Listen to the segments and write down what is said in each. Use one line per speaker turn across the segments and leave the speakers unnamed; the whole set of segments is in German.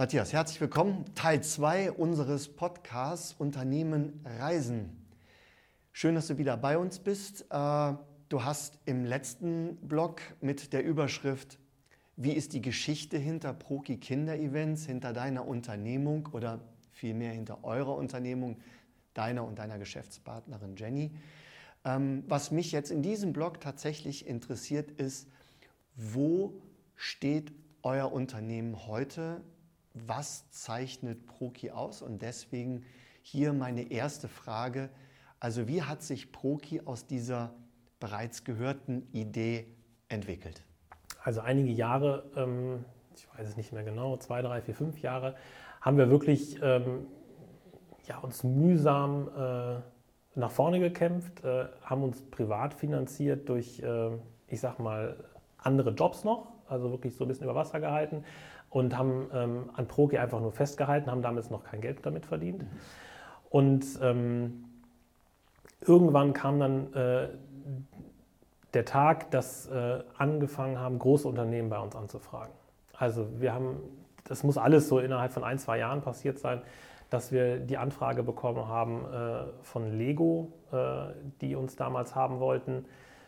Matthias, herzlich willkommen. Teil 2 unseres Podcasts Unternehmen Reisen. Schön, dass du wieder bei uns bist. Du hast im letzten Blog mit der Überschrift "Wie ist die Geschichte hinter Proki Kinderevents, hinter deiner Unternehmung oder vielmehr hinter eurer Unternehmung, deiner und deiner Geschäftspartnerin Jenny?" Was mich jetzt in diesem Blog tatsächlich interessiert ist, wo steht euer Unternehmen heute? Was zeichnet Proki aus? Und deswegen hier meine erste Frage. Also wie hat sich Proki aus dieser bereits gehörten Idee entwickelt?
Also einige Jahre, ich weiß es nicht mehr genau, 2, 3, 4, 5 Jahre, haben wir wirklich uns mühsam nach vorne gekämpft, haben uns privat finanziert durch, andere Jobs noch, also wirklich so ein bisschen über Wasser gehalten und haben an Proki einfach nur festgehalten, haben damals noch kein Geld damit verdient. Und irgendwann kam dann der Tag, dass angefangen haben, große Unternehmen bei uns anzufragen. Also das muss alles so innerhalb von 1, 2 Jahren passiert sein, dass wir die Anfrage bekommen haben von Lego, die uns damals haben wollten,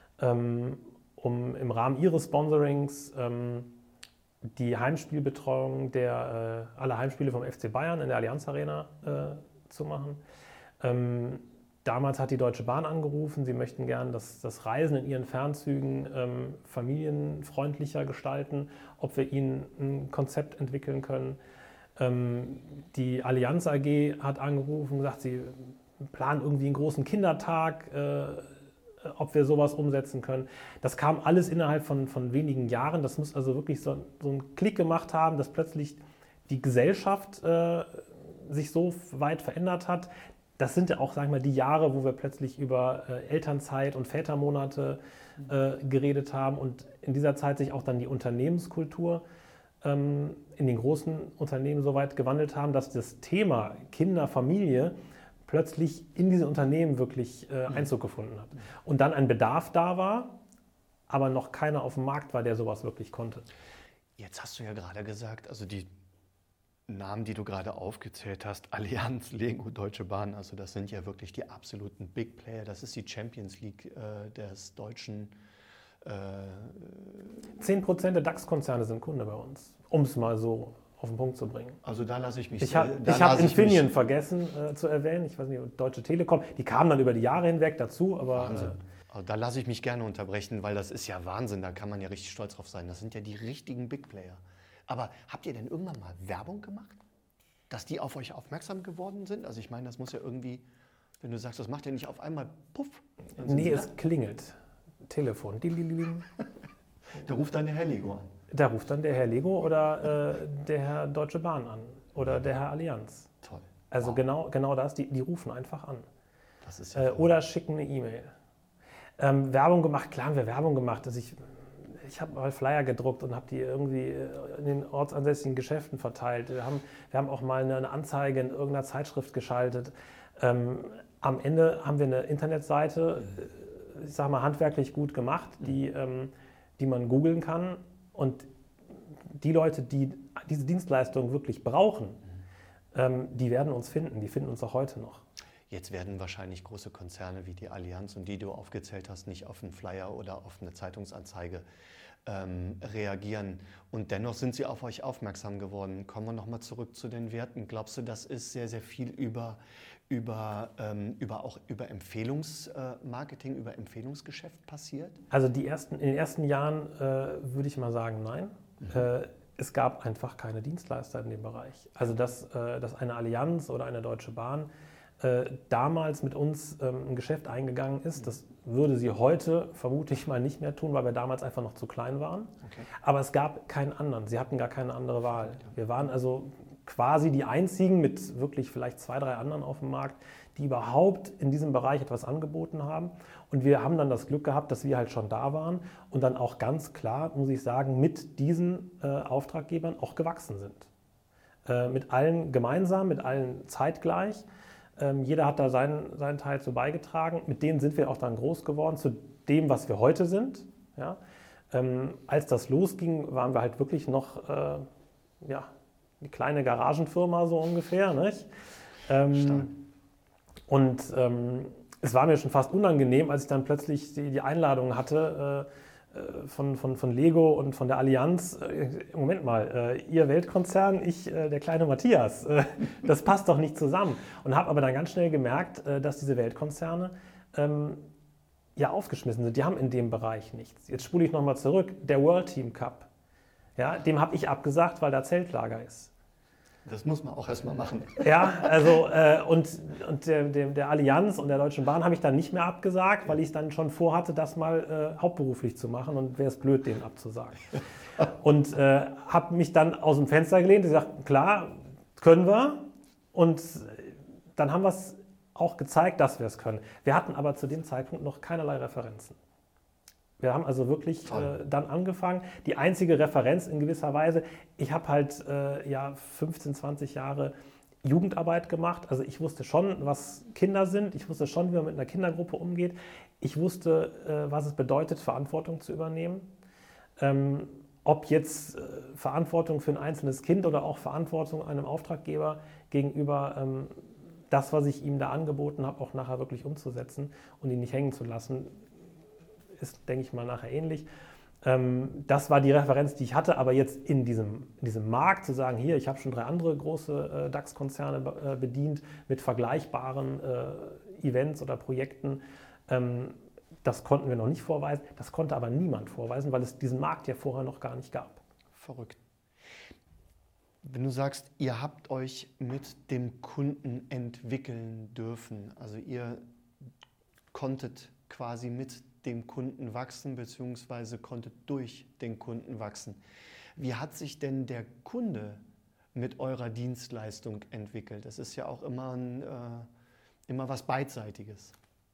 um im Rahmen ihres Sponsorings die Heimspielbetreuung aller Heimspiele vom FC Bayern in der Allianz Arena zu machen. Damals hat die Deutsche Bahn angerufen, sie möchten gern das Reisen in ihren Fernzügen familienfreundlicher gestalten, ob wir ihnen ein Konzept entwickeln können. Die Allianz AG hat angerufen und gesagt, sie planen irgendwie einen großen Kindertag, ob wir sowas umsetzen können. Das kam alles innerhalb von wenigen Jahren. Das muss also wirklich so einen Klick gemacht haben, dass plötzlich die Gesellschaft sich so weit verändert hat. Das sind ja auch, sagen wir mal, die Jahre, wo wir plötzlich über Elternzeit und Vätermonate geredet haben und in dieser Zeit sich auch dann die Unternehmenskultur in den großen Unternehmen so weit gewandelt haben, dass das Thema Kinder, Familie plötzlich in diese Unternehmen wirklich Einzug gefunden hat. Und dann ein Bedarf da war, aber noch keiner auf dem Markt war, der sowas wirklich konnte.
Jetzt hast du ja gerade gesagt, also die Namen, die du gerade aufgezählt hast, Allianz, Lego, Deutsche Bahn, also das sind ja wirklich die absoluten Big Player. Das ist die Champions League des deutschen
10% der DAX-Konzerne sind Kunde bei uns, um es mal so auf den Punkt zu bringen.
Also da lasse ich mich...
Ich habe Infineon vergessen zu erwähnen, ich weiß nicht, Deutsche Telekom, die kamen dann über die Jahre hinweg dazu, aber...
Wahnsinn. Also da lasse ich mich gerne unterbrechen, weil das ist ja Wahnsinn, da kann man ja richtig stolz drauf sein. Das sind ja die richtigen Big Player. Aber habt ihr denn irgendwann mal Werbung gemacht, dass die auf euch aufmerksam geworden sind? Also ich meine, das muss ja irgendwie, wenn du sagst, das macht ja nicht auf einmal Puff.
Nee, es klingelt. Telefon.
Da ruft dann der Herr Lego an.
Da ruft dann der Herr Lego oder der Herr Deutsche Bahn an oder der Herr Allianz.
Toll.
Also wow. genau das, die rufen einfach an.
Das ist ja
oder schicken eine E-Mail. Werbung gemacht, klar haben wir Werbung gemacht. Also ich habe mal Flyer gedruckt und habe die irgendwie in den ortsansässigen Geschäften verteilt. Wir haben auch mal eine Anzeige in irgendeiner Zeitschrift geschaltet. Am Ende haben wir eine Internetseite, ich sage mal handwerklich gut gemacht, die man googeln kann. Und die Leute, die diese Dienstleistung wirklich brauchen, die werden uns finden. Die finden uns auch heute noch.
Jetzt werden wahrscheinlich große Konzerne wie die Allianz und die du aufgezählt hast, nicht auf einen Flyer oder auf eine Zeitungsanzeige reagieren. Und dennoch sind sie auf euch aufmerksam geworden. Kommen wir nochmal zurück zu den Werten. Glaubst du, das ist sehr, sehr viel über Empfehlungsmarketing, über Empfehlungsgeschäft passiert?
Also in den ersten Jahren würde ich mal sagen, nein. Es gab einfach keine Dienstleister in dem Bereich. Also dass eine Allianz oder eine Deutsche Bahn damals mit uns ein Geschäft eingegangen ist, das würde sie heute vermute ich mal nicht mehr tun, weil wir damals einfach noch zu klein waren. Okay. Aber es gab keinen anderen, sie hatten gar keine andere Wahl. Wir waren also quasi die einzigen mit wirklich vielleicht 2, 3 anderen auf dem Markt, die überhaupt in diesem Bereich etwas angeboten haben. Und wir haben dann das Glück gehabt, dass wir halt schon da waren und dann auch ganz klar, muss ich sagen, mit diesen Auftraggebern auch gewachsen sind. Mit allen gemeinsam, mit allen zeitgleich. Jeder hat da seinen Teil zu beigetragen. Mit denen sind wir auch dann groß geworden, zu dem, was wir heute sind. Ja? Als das losging, waren wir halt wirklich noch die kleine Garagenfirma so ungefähr. Nicht?
Stark.
Und es war mir schon fast unangenehm, als ich dann plötzlich die Einladung hatte von Lego und von der Allianz. Moment mal, ihr Weltkonzern, ich der kleine Matthias. Das passt doch nicht zusammen. Und habe aber dann ganz schnell gemerkt, dass diese Weltkonzerne ja aufgeschmissen sind. Die haben in dem Bereich nichts. Jetzt spule ich nochmal zurück. Der World Team Cup, ja, dem habe ich abgesagt, weil da Zeltlager ist.
Das muss man auch erstmal machen.
Ja, also und der Allianz und der Deutschen Bahn habe ich dann nicht mehr abgesagt, weil ich dann schon vorhatte, das mal hauptberuflich zu machen und wäre es blöd, denen abzusagen. Und habe mich dann aus dem Fenster gelehnt und gesagt, klar, können wir. Und dann haben wir es auch gezeigt, dass wir es können. Wir hatten aber zu dem Zeitpunkt noch keinerlei Referenzen. Wir haben also wirklich dann angefangen. Die einzige Referenz in gewisser Weise, ich habe halt 15, 20 Jahre Jugendarbeit gemacht. Also ich wusste schon, was Kinder sind. Ich wusste schon, wie man mit einer Kindergruppe umgeht. Ich wusste, was es bedeutet, Verantwortung zu übernehmen. Ob jetzt Verantwortung für ein einzelnes Kind oder auch Verantwortung einem Auftraggeber gegenüber das, was ich ihm da angeboten habe, auch nachher wirklich umzusetzen und ihn nicht hängen zu lassen, ist, denke ich mal, nachher ähnlich. Das war die Referenz, die ich hatte, aber jetzt in diesem Markt zu sagen, hier, ich habe schon 3 andere große DAX-Konzerne bedient mit vergleichbaren Events oder Projekten, das konnten wir noch nicht vorweisen, das konnte aber niemand vorweisen, weil es diesen Markt ja vorher noch gar nicht gab.
Verrückt. Wenn du sagst, ihr habt euch mit dem Kunden entwickeln dürfen, also ihr konntet quasi mit dem Kunden wachsen, beziehungsweise konntet durch den Kunden wachsen. Wie hat sich denn der Kunde mit eurer Dienstleistung entwickelt? Das ist ja auch immer was Beidseitiges.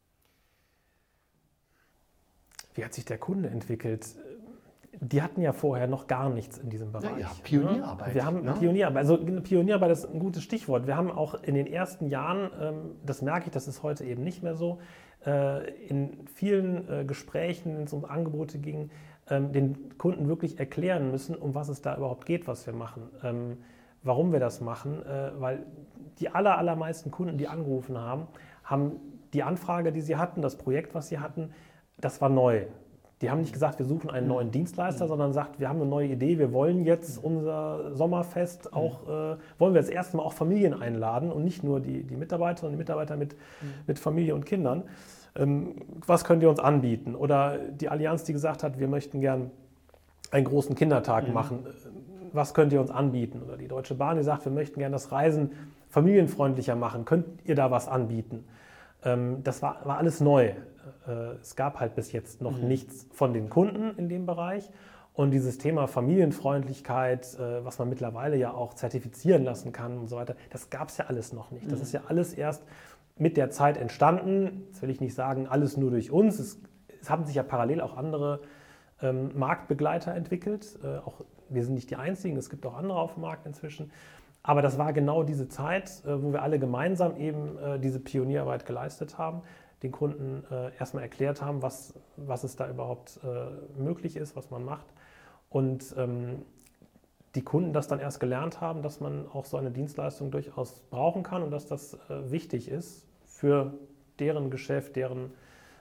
Wie hat sich der Kunde entwickelt? Die hatten ja vorher noch gar nichts in diesem Bereich.
Ja, Pionierarbeit.
Wir haben Pionierarbeit. Also Pionierarbeit ist ein gutes Stichwort. Wir haben auch in den ersten Jahren, das merke ich, das ist heute eben nicht mehr so, in vielen Gesprächen, wenn es um Angebote ging, den Kunden wirklich erklären müssen, um was es da überhaupt geht, was wir machen, warum wir das machen, weil die allermeisten Kunden, die angerufen haben die Anfrage, die sie hatten, das Projekt, was sie hatten, das war neu. Die haben nicht gesagt, wir suchen einen neuen Dienstleister, sondern gesagt, wir haben eine neue Idee, wir wollen jetzt unser Sommerfest auch, wollen wir das erste Mal auch Familien einladen und nicht nur die Mitarbeiter, sondern die Mitarbeiter mit Familie und Kindern. Was könnt ihr uns anbieten? Oder die Allianz, die gesagt hat, wir möchten gern einen großen Kindertag machen. Was könnt ihr uns anbieten? Oder die Deutsche Bahn, die sagt, wir möchten gern das Reisen familienfreundlicher machen. Könnt ihr da was anbieten? Das war alles neu. Es gab halt bis jetzt noch nichts von den Kunden in dem Bereich. Und dieses Thema Familienfreundlichkeit, was man mittlerweile ja auch zertifizieren lassen kann und so weiter, das gab es ja alles noch nicht. Das ist ja alles erst mit der Zeit entstanden. Jetzt will ich nicht sagen, alles nur durch uns. Es haben sich ja parallel auch andere Marktbegleiter entwickelt. Auch wir sind nicht die Einzigen, es gibt auch andere auf dem Markt inzwischen. Aber das war genau diese Zeit, wo wir alle gemeinsam eben diese Pionierarbeit geleistet haben, den Kunden erstmal erklärt haben, was es da überhaupt möglich ist, was man macht. Und die Kunden das dann erst gelernt haben, dass man auch so eine Dienstleistung durchaus brauchen kann und dass das wichtig ist für deren Geschäft, deren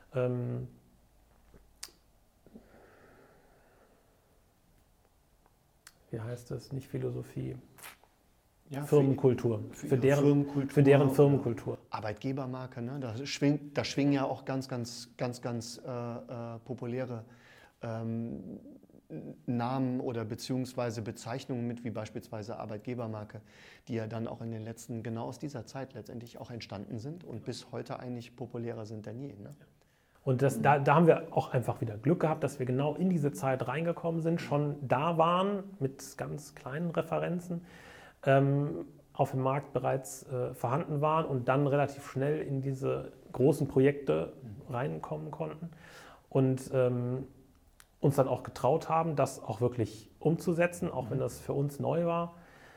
wie heißt das? Nicht Philosophie. Ja, Firmenkultur. Für deren Firmenkultur.
Arbeitgebermarke, ne? Da schwingen ja auch ganz populäre Namen oder beziehungsweise Bezeichnungen mit, wie beispielsweise Arbeitgebermarke, die ja dann auch in den letzten, genau aus dieser Zeit letztendlich auch entstanden sind und bis heute eigentlich populärer sind denn je. Ne?
Und da haben wir auch einfach wieder Glück gehabt, dass wir genau in diese Zeit reingekommen sind, schon da waren mit ganz kleinen Referenzen, auf dem Markt bereits vorhanden waren und dann relativ schnell in diese großen Projekte reinkommen konnten und uns dann auch getraut haben, das auch wirklich umzusetzen, auch wenn das für uns neu war,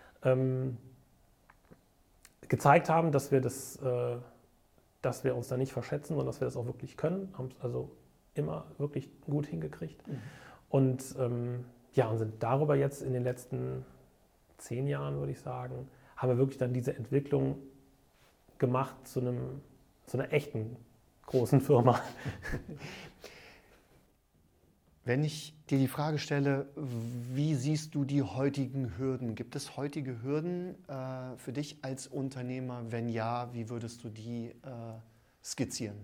gezeigt haben, dass wir uns da nicht verschätzen, sondern dass wir das auch wirklich können, haben es also immer wirklich gut hingekriegt und und sind darüber jetzt in den letzten 10 Jahren, würde ich sagen, haben wir wirklich dann diese Entwicklung gemacht zu einer echten großen Firma.
Wenn ich dir die Frage stelle, wie siehst du die heutigen Hürden? Gibt es heutige Hürden für dich als Unternehmer? Wenn ja, wie würdest du die skizzieren?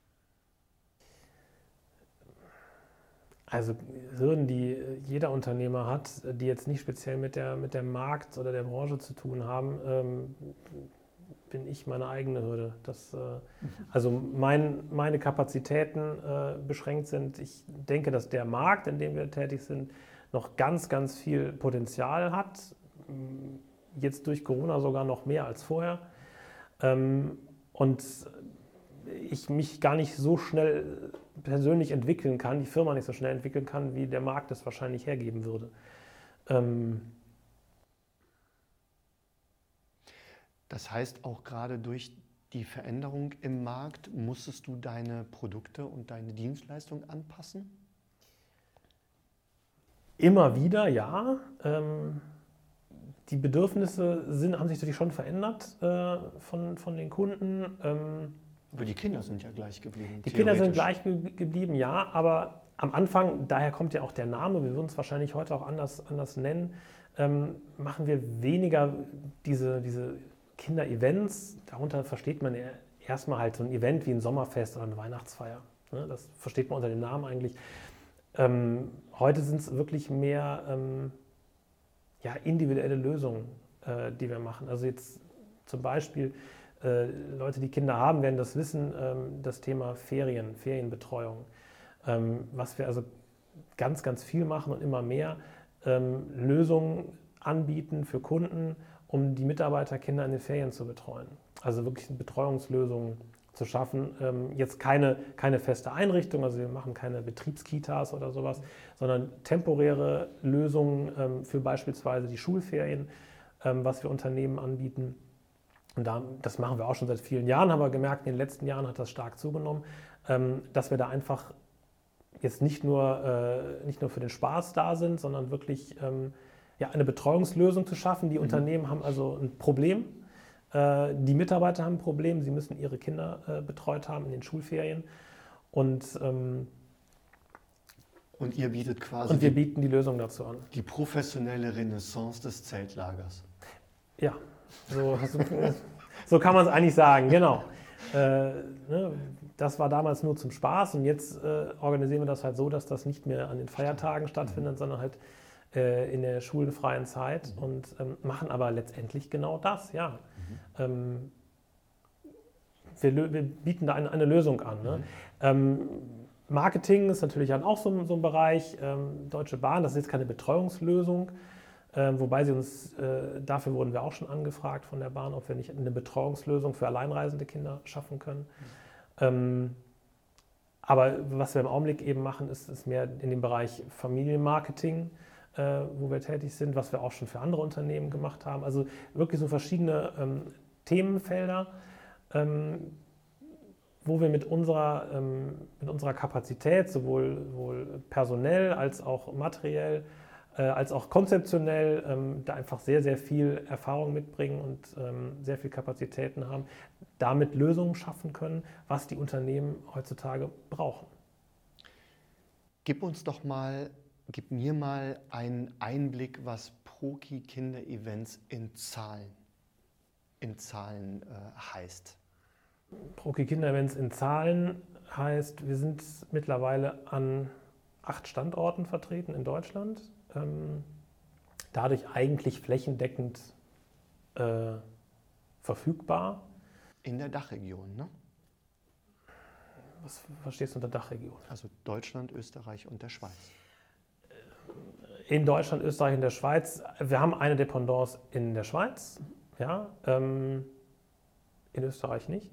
Also Hürden, die jeder Unternehmer hat, die jetzt nicht speziell mit der Markt- oder der Branche zu tun haben, bin ich meine eigene Hürde. Also meine Kapazitäten beschränkt sind. Ich denke, dass der Markt, in dem wir tätig sind, noch ganz, ganz viel Potenzial hat. Jetzt durch Corona sogar noch mehr als vorher. Und ich mich gar nicht so schnell persönlich entwickeln kann, die Firma nicht so schnell entwickeln kann, wie der Markt es wahrscheinlich hergeben würde.
Das heißt, auch gerade durch die Veränderung im Markt musstest du deine Produkte und deine Dienstleistung anpassen?
Immer wieder, ja. Die Bedürfnisse haben sich natürlich schon verändert von den Kunden.
Aber die Kinder sind ja gleich geblieben.
Die Kinder sind gleich geblieben, ja, aber am Anfang, daher kommt ja auch der Name, wir würden es wahrscheinlich heute auch anders nennen, machen wir weniger diese Kinder-Events. Darunter versteht man erstmal halt so ein Event wie ein Sommerfest oder eine Weihnachtsfeier. Ne? Das versteht man unter dem Namen eigentlich. Heute sind es wirklich mehr individuelle Lösungen, die wir machen. Also jetzt zum Beispiel Leute, die Kinder haben, werden das wissen, das Thema Ferienbetreuung. Was wir also ganz, ganz viel machen und immer mehr, Lösungen anbieten für Kunden, um die Mitarbeiterkinder in den Ferien zu betreuen. Also wirklich Betreuungslösungen zu schaffen. Jetzt keine feste Einrichtung, also wir machen keine Betriebskitas oder sowas, sondern temporäre Lösungen für beispielsweise die Schulferien, was wir Unternehmen anbieten. Und das machen wir auch schon seit vielen Jahren, haben wir gemerkt, in den letzten Jahren hat das stark zugenommen, dass wir da einfach jetzt nicht nur für den Spaß da sind, sondern wirklich eine Betreuungslösung zu schaffen. Die Unternehmen haben also ein Problem, die Mitarbeiter haben ein Problem, sie müssen ihre Kinder betreut haben in den Schulferien und
ihr bietet quasi
und wir bieten die Lösung dazu an.
Die professionelle Renaissance des Zeltlagers.
Ja, so kann man es eigentlich sagen, genau. Das war damals nur zum Spaß und jetzt organisieren wir das halt so, dass das nicht mehr an den Feiertagen stattfindet, sondern halt in der schulenfreien Zeit und machen aber letztendlich genau das, ja. Wir bieten da eine Lösung an. Ne? Marketing ist natürlich auch so ein Bereich. Deutsche Bahn, das ist jetzt keine Betreuungslösung, wobei dafür wurden wir auch schon angefragt von der Bahn, ob wir nicht eine Betreuungslösung für alleinreisende Kinder schaffen können. Aber was wir im Augenblick eben machen, ist mehr in dem Bereich Familienmarketing, wo wir tätig sind, was wir auch schon für andere Unternehmen gemacht haben. Also wirklich so verschiedene Themenfelder, wo wir mit unserer Kapazität, sowohl personell als auch materiell, als auch konzeptionell, da einfach sehr, sehr viel Erfahrung mitbringen und sehr viel Kapazitäten haben, damit Lösungen schaffen können, was die Unternehmen heutzutage brauchen.
Gib mir mal einen Einblick, was Proki Kinder-Events in Zahlen heißt.
Proki Kinder-Events in Zahlen heißt, wir sind mittlerweile an 8 Standorten vertreten in Deutschland. Dadurch eigentlich flächendeckend verfügbar.
In der Dachregion, ne?
Was verstehst du unter Dachregion?
Also Deutschland, Österreich und der Schweiz.
In Deutschland, Österreich und der Schweiz. Wir haben eine Dependance in der Schweiz, ja, in Österreich nicht.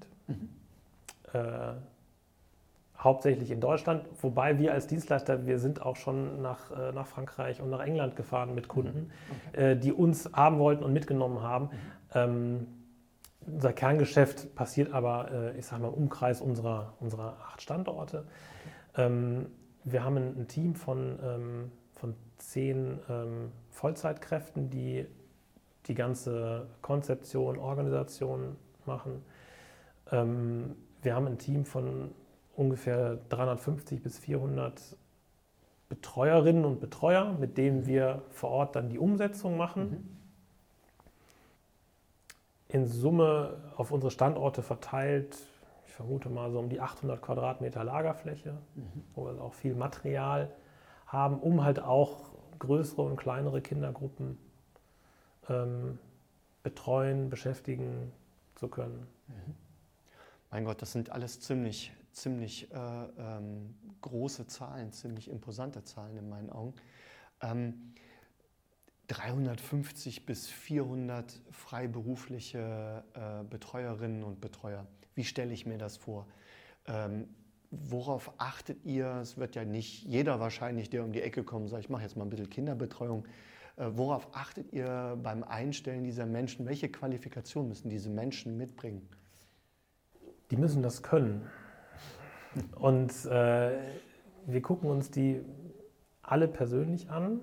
Hauptsächlich in Deutschland, wobei wir als Dienstleister, wir sind auch schon nach Frankreich und nach England gefahren mit Kunden, die uns haben wollten und mitgenommen haben. Unser Kerngeschäft passiert aber, ich sage mal, im Umkreis unserer 8 Standorte. Wir haben ein Team von 10 Vollzeitkräften, die die ganze Konzeption, Organisation machen. Wir haben ein Team von ungefähr 350 bis 400 Betreuerinnen und Betreuer, mit denen wir vor Ort dann die Umsetzung machen. In Summe auf unsere Standorte verteilt, ich vermute mal so um die 800 Quadratmeter Lagerfläche, wo wir auch viel Material haben, um halt auch größere und kleinere Kindergruppen betreuen, beschäftigen zu können.
Mein Gott, das sind alles ziemlich große Zahlen, ziemlich imposante Zahlen in meinen Augen. 350 bis 400 freiberufliche Betreuerinnen und Betreuer. Wie stelle ich mir das vor? Worauf achtet ihr? Es wird ja nicht jeder wahrscheinlich, der um die Ecke kommt und sagt, ich mache jetzt mal ein bisschen Kinderbetreuung. Worauf achtet ihr beim Einstellen dieser Menschen? Welche Qualifikationen müssen diese Menschen mitbringen?
Die müssen das können. Und wir gucken uns die alle persönlich an.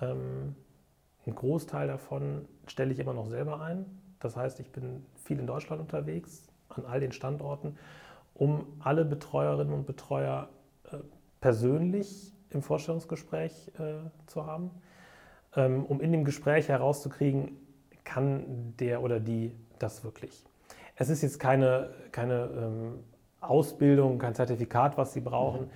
Ein Großteil davon stelle ich immer noch selber ein. Das heißt, ich bin viel in Deutschland unterwegs, an all den Standorten, um alle Betreuerinnen und Betreuer persönlich im Vorstellungsgespräch zu haben, um in dem Gespräch herauszukriegen, kann der oder die das wirklich. Es ist jetzt keine Ausbildung, kein Zertifikat, was sie brauchen,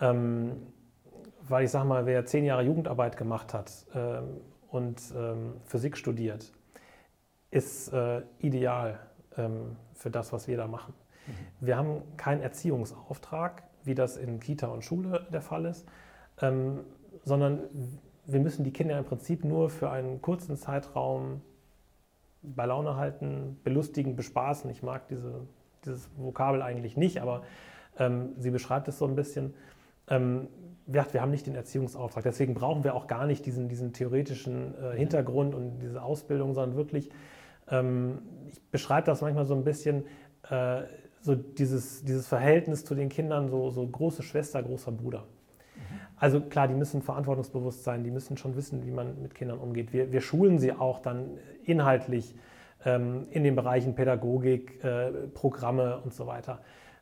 weil ich sage mal, wer 10 Jahre Jugendarbeit gemacht hat und Physik studiert, ist ideal für das, was wir da machen. Wir haben keinen Erziehungsauftrag, wie das in Kita und Schule der Fall ist, sondern wir müssen die Kinder im Prinzip nur für einen kurzen Zeitraum bei Laune halten, belustigen, bespaßen. Ich mag dieses Vokabel eigentlich nicht, aber sie beschreibt es so ein bisschen. Wir haben nicht den Erziehungsauftrag, deswegen brauchen wir auch gar nicht diesen theoretischen Hintergrund und diese Ausbildung, sondern wirklich, ich beschreibe das manchmal so ein bisschen, so dieses Verhältnis zu den Kindern, so große Schwester, großer Bruder. Also klar, die müssen verantwortungsbewusst sein, die müssen schon wissen, wie man mit Kindern umgeht. Wir schulen sie auch dann inhaltlich in den Bereichen Pädagogik, Programme und so weiter.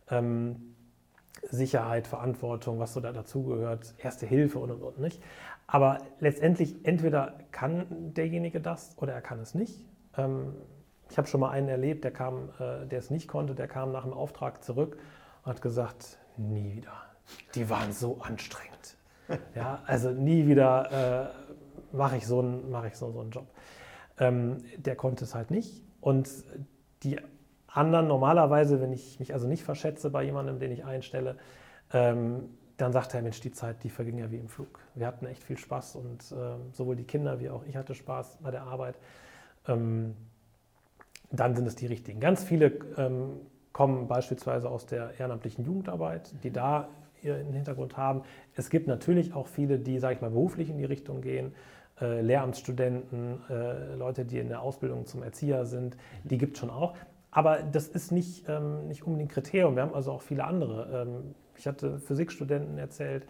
Sicherheit, Verantwortung, was so dazugehört, Erste Hilfe und nicht. Aber letztendlich entweder kann derjenige das oder er kann es nicht. Ich habe schon mal einen erlebt, der es nicht konnte, der kam nach dem Auftrag zurück und hat gesagt, nie wieder. Die waren so anstrengend. Ja, also nie wieder mache ich so einen Job. Der konnte es halt nicht. Und die anderen normalerweise, wenn ich mich also nicht verschätze bei jemandem, den ich einstelle, dann sagt er, Mensch, die Zeit, die verging ja wie im Flug. Wir hatten echt viel Spaß und sowohl die Kinder wie auch ich hatte Spaß bei der Arbeit. Dann sind es die richtigen. Ganz viele kommen beispielsweise aus der ehrenamtlichen Jugendarbeit, die da ihren Hintergrund haben. Es gibt natürlich auch viele, die, sage ich mal, beruflich in die Richtung gehen, Lehramtsstudenten, Leute, die in der Ausbildung zum Erzieher sind, die gibt es schon auch. Aber das ist nicht unbedingt Kriterium. Wir haben also auch viele andere. Ich hatte Physikstudenten erzählt,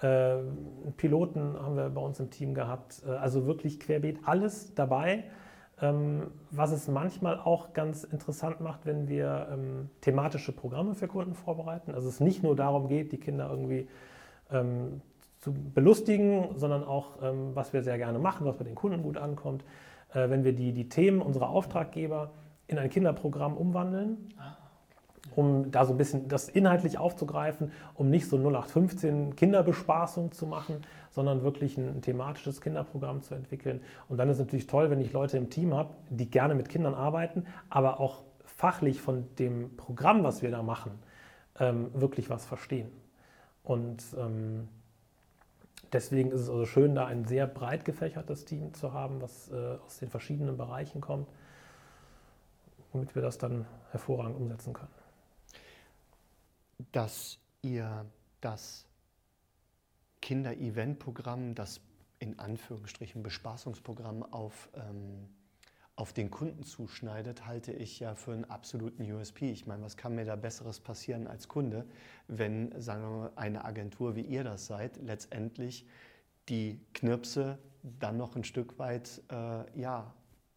Piloten haben wir bei uns im Team gehabt. Also wirklich querbeet alles dabei. Was es manchmal auch ganz interessant macht, wenn wir thematische Programme für Kunden vorbereiten. Also es nicht nur darum geht, die Kinder irgendwie zu belustigen, sondern auch, was wir sehr gerne machen, was bei den Kunden gut ankommt, wenn wir die Themen unserer Auftraggeber in ein Kinderprogramm umwandeln, um da so ein bisschen das inhaltlich aufzugreifen, um nicht so 0815 Kinderbespaßung zu machen, sondern wirklich ein thematisches Kinderprogramm zu entwickeln. Und dann ist es natürlich toll, wenn ich Leute im Team habe, die gerne mit Kindern arbeiten, aber auch fachlich von dem Programm, was wir da machen, wirklich was verstehen. Und deswegen ist es also schön, da ein sehr breit gefächertes Team zu haben, was aus den verschiedenen Bereichen kommt, womit wir das dann hervorragend umsetzen können.
Dass ihr das Kinder-Event-Programm, das in Anführungsstrichen Bespaßungsprogramm auf den Kunden zuschneidet, halte ich ja für einen absoluten USP. Ich meine, was kann mir da Besseres passieren als Kunde, wenn, sagen wir mal, eine Agentur, wie ihr das seid, letztendlich die Knirpse dann noch ein Stück weit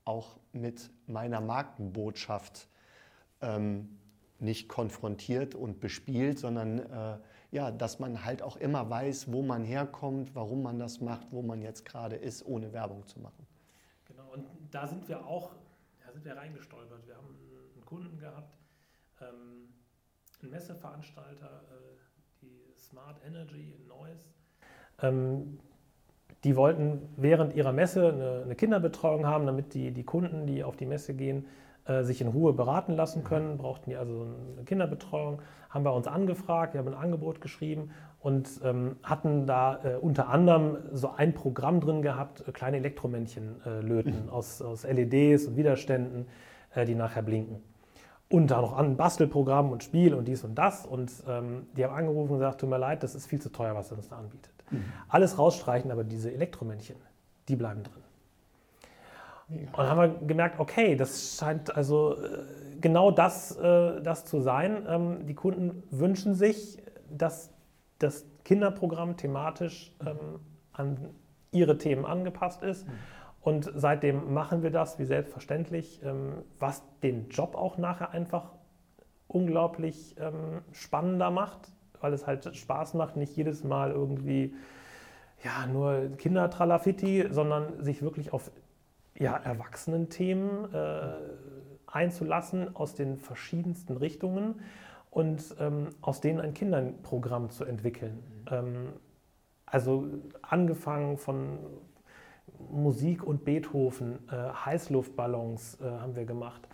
auch mit meiner Markenbotschaft nicht konfrontiert und bespielt, sondern dass man halt auch immer weiß, wo man herkommt, warum man das macht, wo man jetzt gerade ist, ohne Werbung zu machen.
Genau, und da sind wir reingestolpert. Wir haben einen Kunden gehabt, einen Messeveranstalter, die Smart Energy in Neuss. Die wollten während ihrer Messe eine Kinderbetreuung haben, damit die Kunden, die auf die Messe gehen, sich in Ruhe beraten lassen können, brauchten die also eine Kinderbetreuung, haben bei uns angefragt, wir haben ein Angebot geschrieben und hatten da unter anderem so ein Programm drin gehabt, kleine Elektromännchen löten aus LEDs und Widerständen, die nachher blinken. Und da noch ein Bastelprogramm und Spiel und dies und das. Und die haben angerufen und gesagt, tut mir leid, das ist viel zu teuer, was ihr uns da anbietet. Alles rausstreichen, aber diese Elektromännchen, die bleiben drin. Und dann haben wir gemerkt, okay, das scheint also genau das zu sein. Die Kunden wünschen sich, dass das Kinderprogramm thematisch an ihre Themen angepasst ist. Und seitdem machen wir das wie selbstverständlich, was den Job auch nachher einfach unglaublich spannender macht, weil es halt Spaß macht, nicht jedes Mal irgendwie nur Kindertralafitti, sondern sich wirklich auf Erwachsenenthemen einzulassen aus den verschiedensten Richtungen und aus denen ein Kinderprogramm zu entwickeln. Also angefangen von Musik und Beethoven, Heißluftballons haben wir gemacht.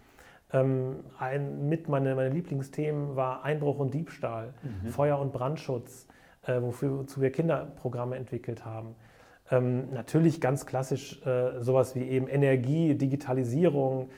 Meine Lieblingsthemen war Einbruch und Diebstahl, Feuer- und Brandschutz, wozu wir Kinderprogramme entwickelt haben. Natürlich ganz klassisch sowas wie eben Energie, Digitalisierung,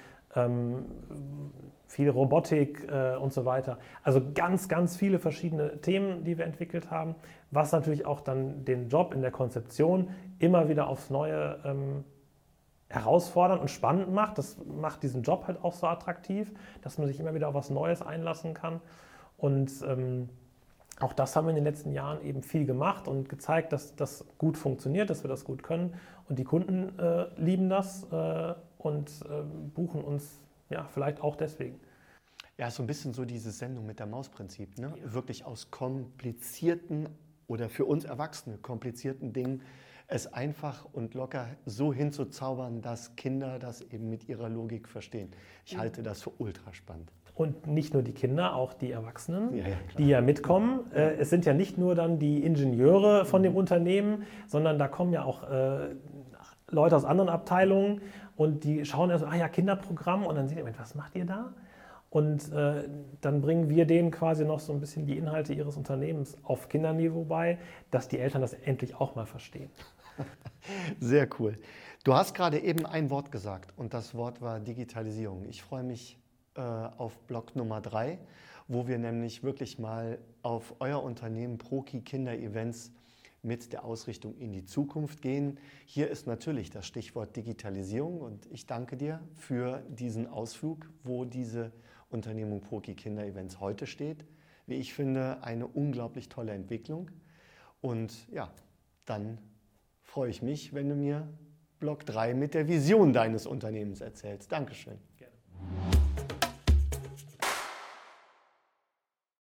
viel Robotik und so weiter. Also ganz, ganz viele verschiedene Themen, die wir entwickelt haben, was natürlich auch dann den Job in der Konzeption immer wieder aufs Neue herausfordernd und spannend macht. Das macht diesen Job halt auch so attraktiv, dass man sich immer wieder auf was Neues einlassen kann. Und auch das haben wir in den letzten Jahren eben viel gemacht und gezeigt, dass das gut funktioniert, dass wir das gut können. Und die Kunden lieben das und buchen uns vielleicht auch deswegen.
Ja, so ein bisschen so diese Sendung mit der Maus-Prinzip, ne? Ja. Wirklich aus komplizierten oder für uns Erwachsene komplizierten Dingen es einfach und locker so hinzuzaubern, dass Kinder das eben mit ihrer Logik verstehen. Ich halte das für ultra spannend.
Und nicht nur die Kinder, auch die Erwachsenen, die ja mitkommen. Es sind ja nicht nur dann die Ingenieure von dem Unternehmen, sondern da kommen ja auch Leute aus anderen Abteilungen und die schauen erst, Kinderprogramm und dann sehen die, was macht ihr da? Und dann bringen wir denen quasi noch so ein bisschen die Inhalte ihres Unternehmens auf Kinderniveau bei, dass die Eltern das endlich auch mal verstehen.
Sehr cool. Du hast gerade eben ein Wort gesagt und das Wort war Digitalisierung. Ich freue mich auf Block Nummer 3, wo wir nämlich wirklich mal auf euer Unternehmen Proki Kinder-Events mit der Ausrichtung in die Zukunft gehen. Hier ist natürlich das Stichwort Digitalisierung und ich danke dir für diesen Ausflug, wo diese Unternehmung Proki Kinder-Events heute steht. Wie ich finde, eine unglaublich tolle Entwicklung. Und dann freue ich mich, wenn du mir Block 3 mit der Vision deines Unternehmens erzählst. Dankeschön.